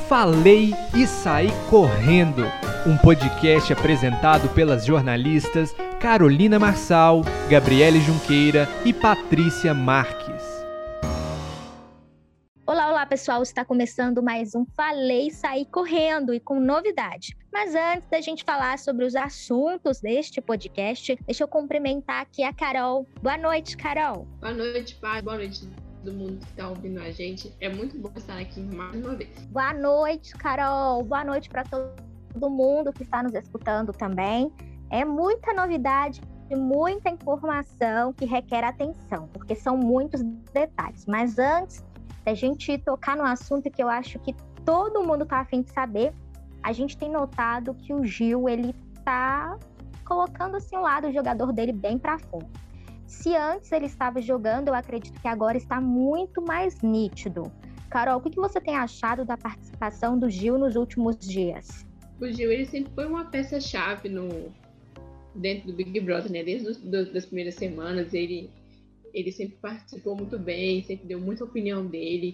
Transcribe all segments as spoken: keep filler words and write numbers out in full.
Falei e Saí Correndo, um podcast apresentado pelas jornalistas Carolina Marçal, Gabriele Junqueira e Patrícia Marques. Olá, olá pessoal, está começando mais um Falei e Saí Correndo e com novidade. Mas antes da gente falar sobre os assuntos deste podcast, deixa eu cumprimentar aqui a Carol. Boa noite, Carol. Boa noite, pai. Boa noite todo mundo que está ouvindo a gente. É muito bom estar aqui mais uma vez. Boa noite, Carol. Boa noite para todo mundo que está nos escutando também. É muita novidade e muita informação que requer atenção, porque são muitos detalhes. Mas antes da gente tocar no assunto que eu acho que todo mundo tá a fim de saber, a gente tem notado que o Gil, ele tá colocando assim o lado do jogador dele bem para fora. Se antes ele estava jogando, eu acredito que agora está muito mais nítido. Carol, o que você tem achado da participação do Gil nos últimos dias? O Gil, ele sempre foi uma peça-chave no dentro do Big Brother, né? Desde do, das primeiras semanas, ele ele sempre participou muito bem, sempre deu muita opinião dele.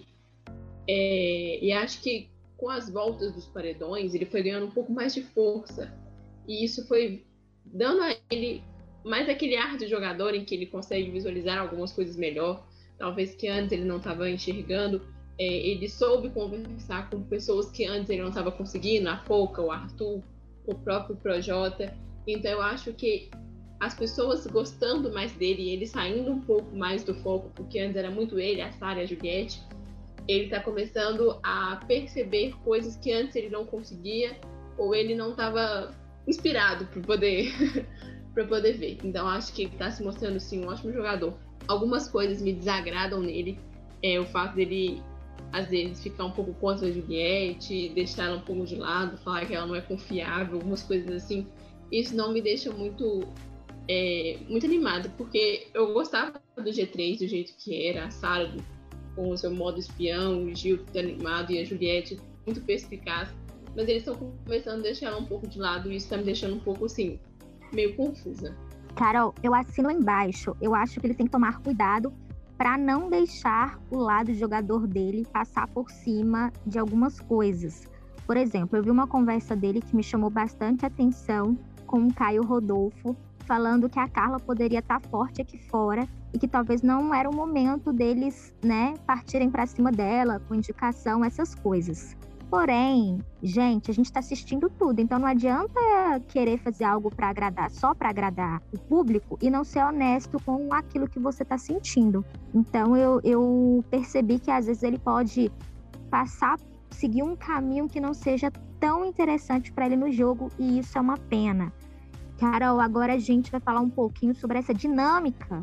É, e acho que com as voltas dos paredões, ele foi ganhando um pouco mais de força. E isso foi dando a ele mais aquele ar de jogador em que ele consegue visualizar algumas coisas melhor. Talvez que antes ele não estava enxergando. É, ele soube conversar com pessoas que antes ele não estava conseguindo, a Poca, o Arthur, o próprio Projota. Então eu acho que as pessoas gostando mais dele, ele saindo um pouco mais do foco, porque antes era muito ele, a Sarah e a Juliette, ele está começando a perceber coisas que antes ele não conseguia, ou ele não estava inspirado para poder, para poder ver. Então acho que ele está se mostrando sim um ótimo jogador. Algumas coisas me desagradam nele, é o fato dele às vezes ficar um pouco contra a Juliette, deixar ela um pouco de lado, falar que ela não é confiável, algumas coisas assim. Isso não me deixa muito É, muito animado, porque eu gostava do G três, do jeito que era, a Sarah com o seu modo espião, o Gil animado e a Juliette muito perspicaz, mas eles estão começando a deixar ela um pouco de lado e isso tá me deixando um pouco, assim, meio confusa. Carol, eu assino embaixo, eu acho que ele tem que tomar cuidado para não deixar o lado jogador dele passar por cima de algumas coisas. Por exemplo, eu vi uma conversa dele que me chamou bastante atenção com o Caio Rodolfo, falando que a Carla poderia estar forte aqui fora e que talvez não era o momento deles, né, partirem para cima dela, com indicação, essas coisas. Porém, gente, a gente está assistindo tudo, então não adianta querer fazer algo para agradar, só para agradar o público e não ser honesto com aquilo que você está sentindo. Então, eu, eu percebi que às vezes ele pode passar, seguir um caminho que não seja tão interessante para ele no jogo e isso é uma pena. Carol, agora a gente vai falar um pouquinho sobre essa dinâmica.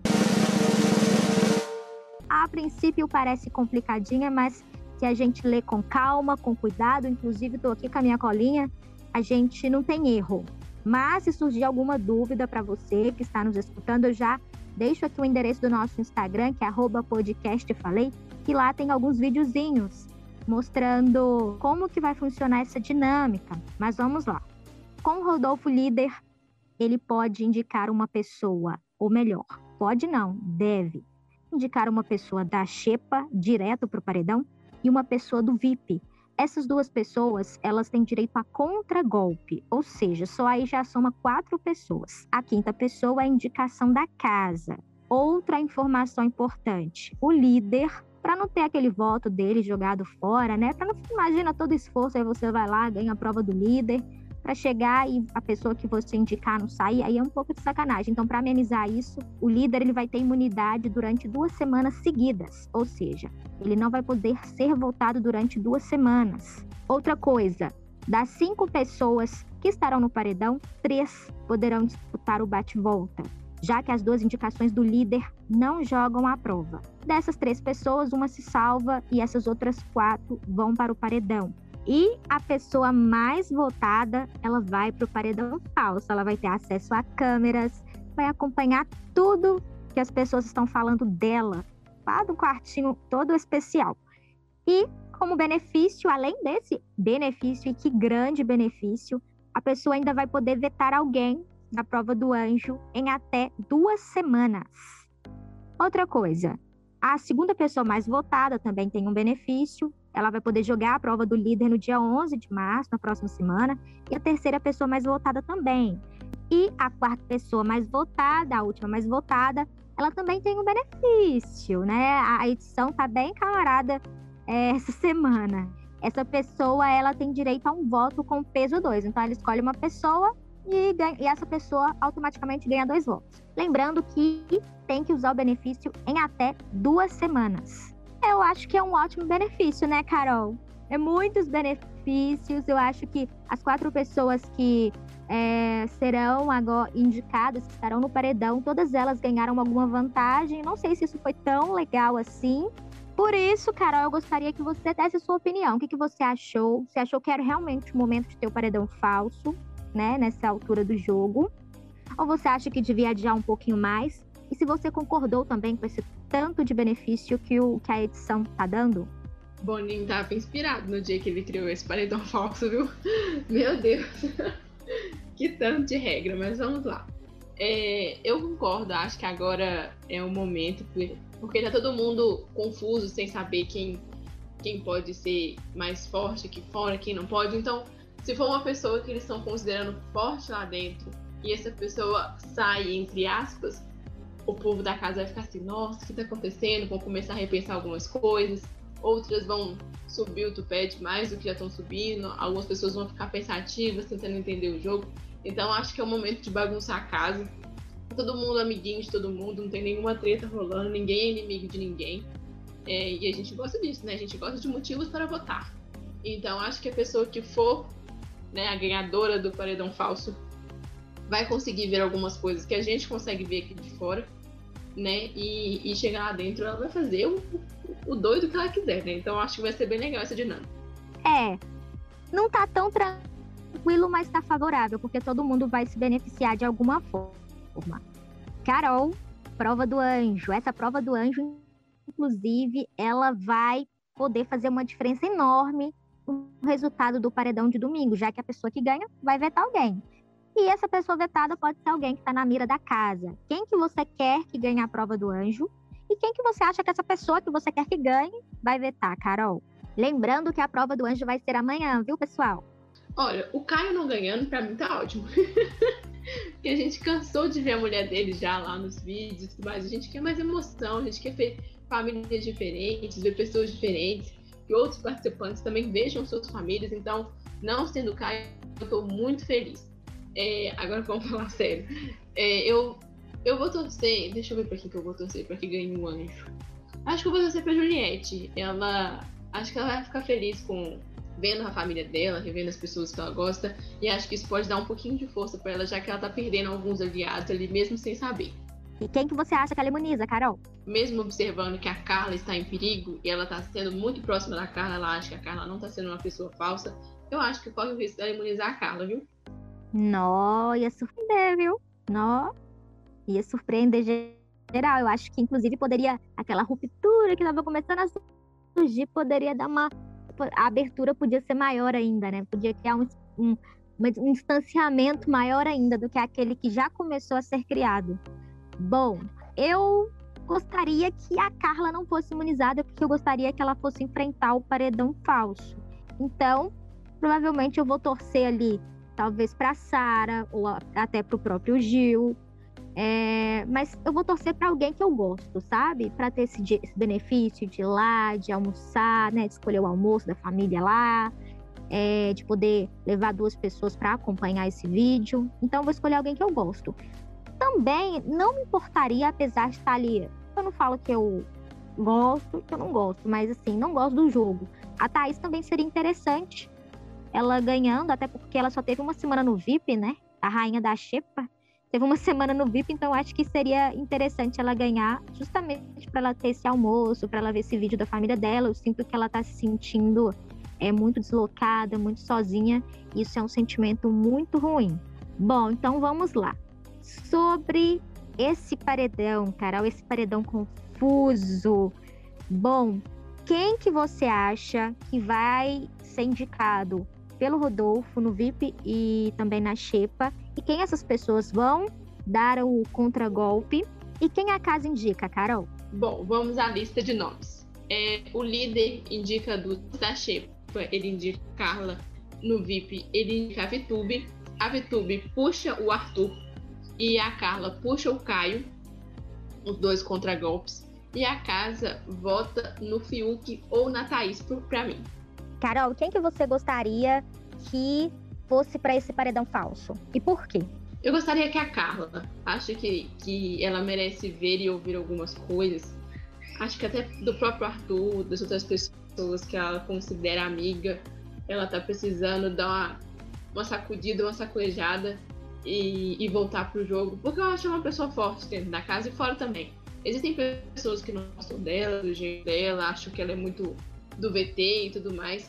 A princípio parece complicadinha, mas se a gente lê com calma, com cuidado, inclusive estou aqui com a minha colinha, a gente não tem erro. Mas se surgir alguma dúvida para você que está nos escutando, eu já deixo aqui o endereço do nosso Instagram, que é arroba podcastfalei, que lá tem alguns videozinhos mostrando como que vai funcionar essa dinâmica. Mas vamos lá. Com o Rodolfo líder, ele pode indicar uma pessoa, ou melhor, pode não, deve indicar uma pessoa da xepa direto para o paredão e uma pessoa do V I P. Essas duas pessoas, elas têm direito a contragolpe, ou seja, só aí já soma quatro pessoas. A quinta pessoa é a indicação da casa. Outra informação importante, o líder, para não ter aquele voto dele jogado fora, né? Para não imagina todo esforço, aí você vai lá, ganha a prova do líder, para chegar e a pessoa que você indicar não sair, aí é um pouco de sacanagem. Então, para amenizar isso, o líder ele vai ter imunidade durante duas semanas seguidas, ou seja, ele não vai poder ser votado durante duas semanas. Outra coisa, das cinco pessoas que estarão no paredão, três poderão disputar o bate-volta, já que as duas indicações do líder não jogam a prova. Dessas três pessoas, uma se salva e essas outras quatro vão para o paredão. E a pessoa mais votada, ela vai para o paredão falso. Ela vai ter acesso a câmeras, vai acompanhar tudo que as pessoas estão falando dela, lá do quartinho todo especial. E como benefício, além desse benefício, e que grande benefício, a pessoa ainda vai poder vetar alguém na prova do anjo em até duas semanas. Outra coisa, a segunda pessoa mais votada também tem um benefício. ela vai poder jogar a prova do líder no dia onze de março, na próxima semana, e a terceira pessoa mais votada também. E a quarta pessoa mais votada, a última mais votada, ela também tem um benefício, né? A edição tá bem camarada é, essa semana. Essa pessoa, ela tem direito a um voto com peso dois. Então, ela escolhe uma pessoa e, ganha, e essa pessoa automaticamente ganha dois votos. Lembrando que tem que usar o benefício em até duas semanas. Eu acho que é um ótimo benefício, né, Carol? É muitos benefícios. Eu acho que as quatro pessoas que é, serão agora indicadas, que estarão no paredão, todas elas ganharam alguma vantagem. Não sei se isso foi tão legal assim. Por isso, Carol, eu gostaria que você desse a sua opinião. O que, que você achou? Você achou que era realmente o momento de ter o paredão falso, né, nessa altura do jogo? Ou você acha que devia adiar um pouquinho mais? E se você concordou também com esse tanto de benefício que, o, que a edição tá dando? Boninho estava inspirado no dia que ele criou esse paredão falso, viu? Meu Deus! Que tanto de regra, mas vamos lá. É, eu concordo, acho que agora é o momento, porque tá todo mundo confuso, sem saber quem, quem pode ser mais forte aqui fora, quem não pode. Então, se for uma pessoa que eles estão considerando forte lá dentro, e essa pessoa sai, entre aspas, o povo da casa vai ficar assim, nossa, o que tá acontecendo? Vão começar a repensar algumas coisas, outras vão subir o tupete mais do que já estão subindo, algumas pessoas vão ficar pensativas, tentando entender o jogo. Então acho que é o momento de bagunçar a casa. Todo mundo amiguinho de todo mundo, não tem nenhuma treta rolando, ninguém é inimigo de ninguém. É, e a gente gosta disso, né? A gente gosta de motivos para votar. Então acho que a pessoa que for, né, a ganhadora do paredão falso vai conseguir ver algumas coisas que a gente consegue ver aqui de fora, né? E, e chegar lá dentro, ela vai fazer o, o doido que ela quiser, né? Então acho que vai ser bem legal essa dinâmica. É, não tá tão tranquilo, mas tá favorável, porque todo mundo vai se beneficiar de alguma forma. Carol, prova do anjo. Essa prova do anjo, inclusive, ela vai poder fazer uma diferença enorme no resultado do paredão de domingo, já que a pessoa que ganha vai vetar alguém. E essa pessoa vetada pode ser alguém que está na mira da casa. Quem que você quer que ganhe a prova do anjo? E quem que você acha que essa pessoa que você quer que ganhe vai vetar, Carol? Lembrando que a prova do anjo vai ser amanhã, viu, pessoal? Olha, o Caio não ganhando, pra mim tá ótimo. Porque a gente cansou de ver a mulher dele já lá nos vídeos e tudo mais. A gente quer mais emoção, a gente quer ver famílias diferentes, ver pessoas diferentes, que outros participantes também vejam suas famílias. Então, não sendo o Caio, eu tô muito feliz. É, agora vamos falar sério. É, eu, eu vou torcer. Deixa eu ver pra quem que eu vou torcer pra que ganhe um anjo. Acho que eu vou torcer pra Juliette. Ela. Acho que ela vai ficar feliz com vendo a família dela, revendo as pessoas que ela gosta. E acho que isso pode dar um pouquinho de força pra ela, já que ela tá perdendo alguns aliados ali, mesmo sem saber. E quem que você acha que ela imuniza, Carol? Mesmo observando que a Carla está em perigo e ela tá sendo muito próxima da Carla, ela acha que a Carla não tá sendo uma pessoa falsa. Eu acho que corre o risco dela imunizar a Carla, viu? Nó, ia surpreender, viu? Nó, ia surpreender geral. Eu acho que, inclusive, poderia, aquela ruptura que estava começando a surgir, poderia dar uma... A abertura podia ser maior ainda, né? Podia criar um, um, um distanciamento maior ainda do que aquele que já começou a ser criado. Bom, eu gostaria que a Carla não fosse imunizada, porque eu gostaria que ela fosse enfrentar o paredão falso. Então, provavelmente eu vou torcer ali talvez para Sara ou até para o próprio Gil, é, mas eu vou torcer para alguém que eu gosto, sabe? Para ter esse, esse benefício de ir lá, de almoçar, né? De escolher o almoço da família lá, é, de poder levar duas pessoas para acompanhar esse vídeo. Então eu vou escolher alguém que eu gosto. Também não me importaria, apesar de estar ali, eu não falo que eu gosto, que eu não gosto, mas assim, não gosto do jogo. A Thaís também seria interessante ela ganhando, até porque ela só teve uma semana no V I P, né? A rainha da Xepa teve uma semana no V I P, então acho que seria interessante ela ganhar, justamente para ela ter esse almoço, para ela ver esse vídeo da família dela. Eu sinto que ela tá se sentindo é, muito deslocada, muito sozinha. Isso é um sentimento muito ruim. Bom, então vamos lá. Sobre esse paredão, Carol, esse paredão confuso. Bom, quem que você acha que vai ser indicado pelo Rodolfo no V I P e também na Xepa? E quem essas pessoas vão dar o contragolpe? E quem a casa indica, Carol? Bom, vamos à lista de nomes. É, o líder indica do da Xepa, ele indica a Carla. No V I P, ele indica a Vitube. A Vitube puxa o Arthur e a Carla puxa o Caio, os dois contra-golpes. E a casa vota no Fiuk ou na Thaís pra mim. Carol, quem que você gostaria que fosse para esse paredão falso? E por quê? Eu gostaria que a Carla. Acho que, que ela merece ver e ouvir algumas coisas. Acho que até do próprio Arthur, das outras pessoas que ela considera amiga, ela tá precisando dar uma, uma sacudida, uma sacolejada e, e voltar pro jogo. Porque eu acho ela uma pessoa forte dentro da casa e fora também. Existem pessoas que não gostam dela, do jeito dela, acham que ela é muito do V T e tudo mais.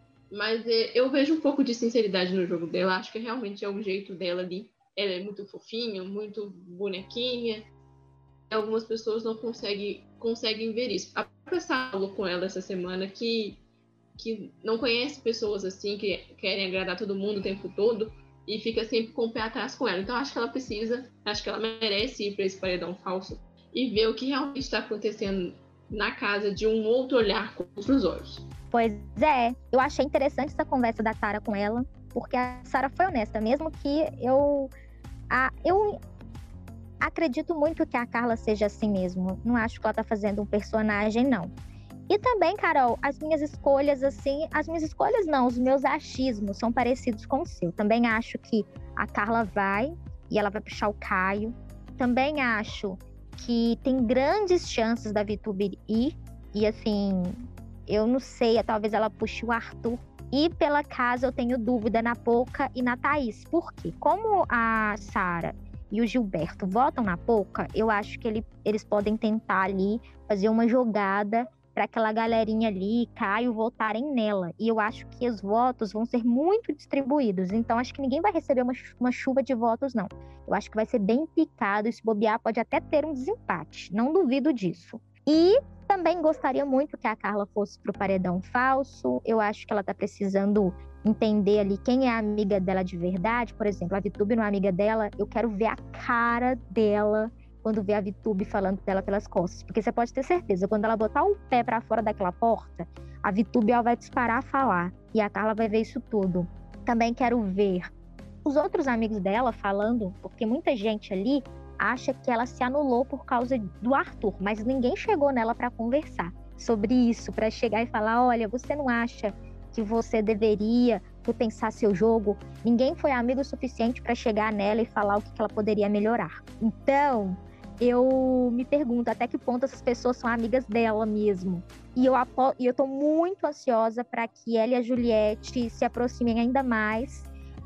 Mas é, eu vejo um pouco de sinceridade no jogo dela. Acho que realmente é o jeito dela ali. Ela é muito fofinha, muito bonequinha. Algumas pessoas não conseguem, conseguem ver isso. A própria Saulo com ela essa semana, que, que não conhece pessoas assim, que querem agradar todo mundo o tempo todo, e fica sempre com o pé atrás com ela. Então acho que ela precisa, acho que ela merece ir para esse paredão falso e ver o que realmente está acontecendo na casa de um outro olhar com outros olhos. Pois é, eu achei interessante essa conversa da Sara com ela, porque a Sara foi honesta, mesmo que eu... A, eu acredito muito que a Carla seja assim mesmo. Não acho que ela tá fazendo um personagem, não. E também, Carol, as minhas escolhas, assim... As minhas escolhas não, os meus achismos são parecidos com o seu. Também acho que a Carla vai, e ela vai puxar o Caio. Também acho que tem grandes chances da Vitube ir. E, assim, eu não sei, talvez ela puxe o Arthur. E pela casa eu tenho dúvida na Poca e na Thaís. Por quê? Como a Sara e o Gilberto votam na Poca, eu acho que ele, eles podem tentar ali fazer uma jogada para aquela galerinha ali, Caio, votarem nela. E eu acho que os votos vão ser muito distribuídos. Então, acho que ninguém vai receber uma, uma chuva de votos, não. Eu acho que vai ser bem picado. E se bobear, pode até ter um desempate. Não duvido disso. E também gostaria muito que a Carla fosse pro paredão falso. Eu acho que ela tá precisando entender ali quem é a amiga dela de verdade. Por exemplo, a Vitube não é amiga dela. Eu quero ver a cara dela quando vê a Vitube falando dela pelas costas. Porque você pode ter certeza, quando ela botar o pé pra fora daquela porta, a Vitube ela vai disparar a falar. E a Carla vai ver isso tudo. Também quero ver os outros amigos dela falando, porque muita gente ali acha que ela se anulou por causa do Arthur, mas ninguém chegou nela para conversar sobre isso, para chegar e falar, olha, você não acha que você deveria repensar seu jogo? Ninguém foi amigo o suficiente para chegar nela e falar o que ela poderia melhorar. Então, eu me pergunto até que ponto essas pessoas são amigas dela mesmo. E eu, apo- e eu tô muito ansiosa para que ela e a Juliette se aproximem ainda mais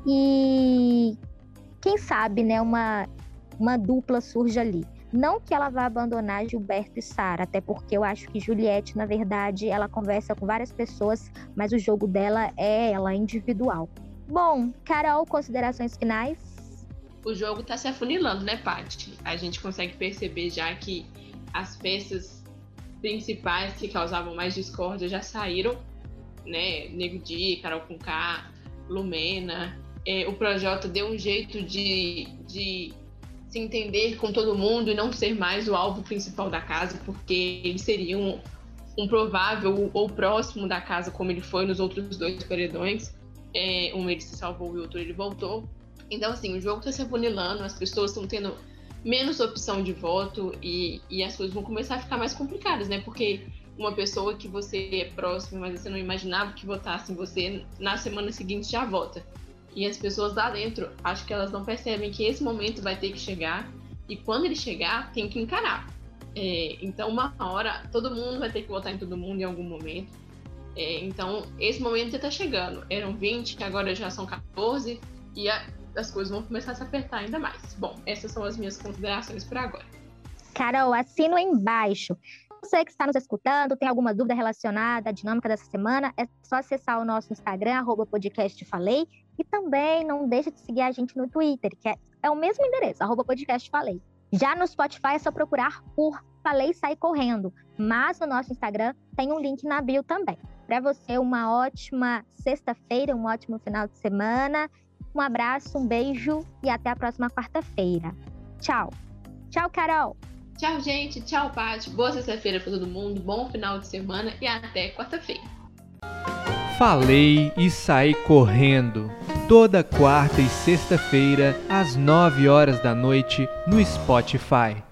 e, quem sabe, né, uma... uma dupla surge ali. Não que ela vá abandonar Gilberto e Sara, até porque eu acho que Juliette, na verdade, ela conversa com várias pessoas, mas o jogo dela é ela individual. Bom, Carol, considerações finais? O jogo tá se afunilando, né, Paty? A gente consegue perceber já que as peças principais que causavam mais discórdia já saíram, né? Nego Di, Carol Conká, Lumena. É, o Projota deu um jeito de... de se entender com todo mundo e não ser mais o alvo principal da casa, porque ele seria um, um provável ou próximo da casa, como ele foi nos outros dois paredões. É, um ele se salvou e o outro ele voltou. Então, assim, o jogo está se afunilando, as pessoas estão tendo menos opção de voto e, e as coisas vão começar a ficar mais complicadas, né? Porque uma pessoa que você é próximo, mas você não imaginava que votasse em você, na semana seguinte já vota. E as pessoas lá dentro, acho que elas não percebem que esse momento vai ter que chegar. E quando ele chegar, tem que encarar. É, então, uma hora, todo mundo vai ter que votar em todo mundo em algum momento. É, então, esse momento já está chegando. Eram vinte, agora já são quatorze. E a, as coisas vão começar a se apertar ainda mais. Bom, essas são as minhas considerações por agora. Carol, assina embaixo. Você que está nos escutando, tem alguma dúvida relacionada à dinâmica dessa semana, é só acessar o nosso Instagram, arroba podcast falei, e também não deixa de seguir a gente no Twitter, que é, é o mesmo endereço, arroba podcast falei. Já no Spotify é só procurar por Falei Sai Correndo, mas no nosso Instagram tem um link na bio também. Para você, uma ótima sexta-feira, um ótimo final de semana, um abraço, um beijo e até a próxima quarta-feira. Tchau. Tchau, Carol. Tchau, gente. Tchau, Paty. Boa sexta-feira pra todo mundo. Bom final de semana e até quarta-feira. Falei e saí correndo. Toda quarta e sexta-feira, às nove horas da noite, no Spotify.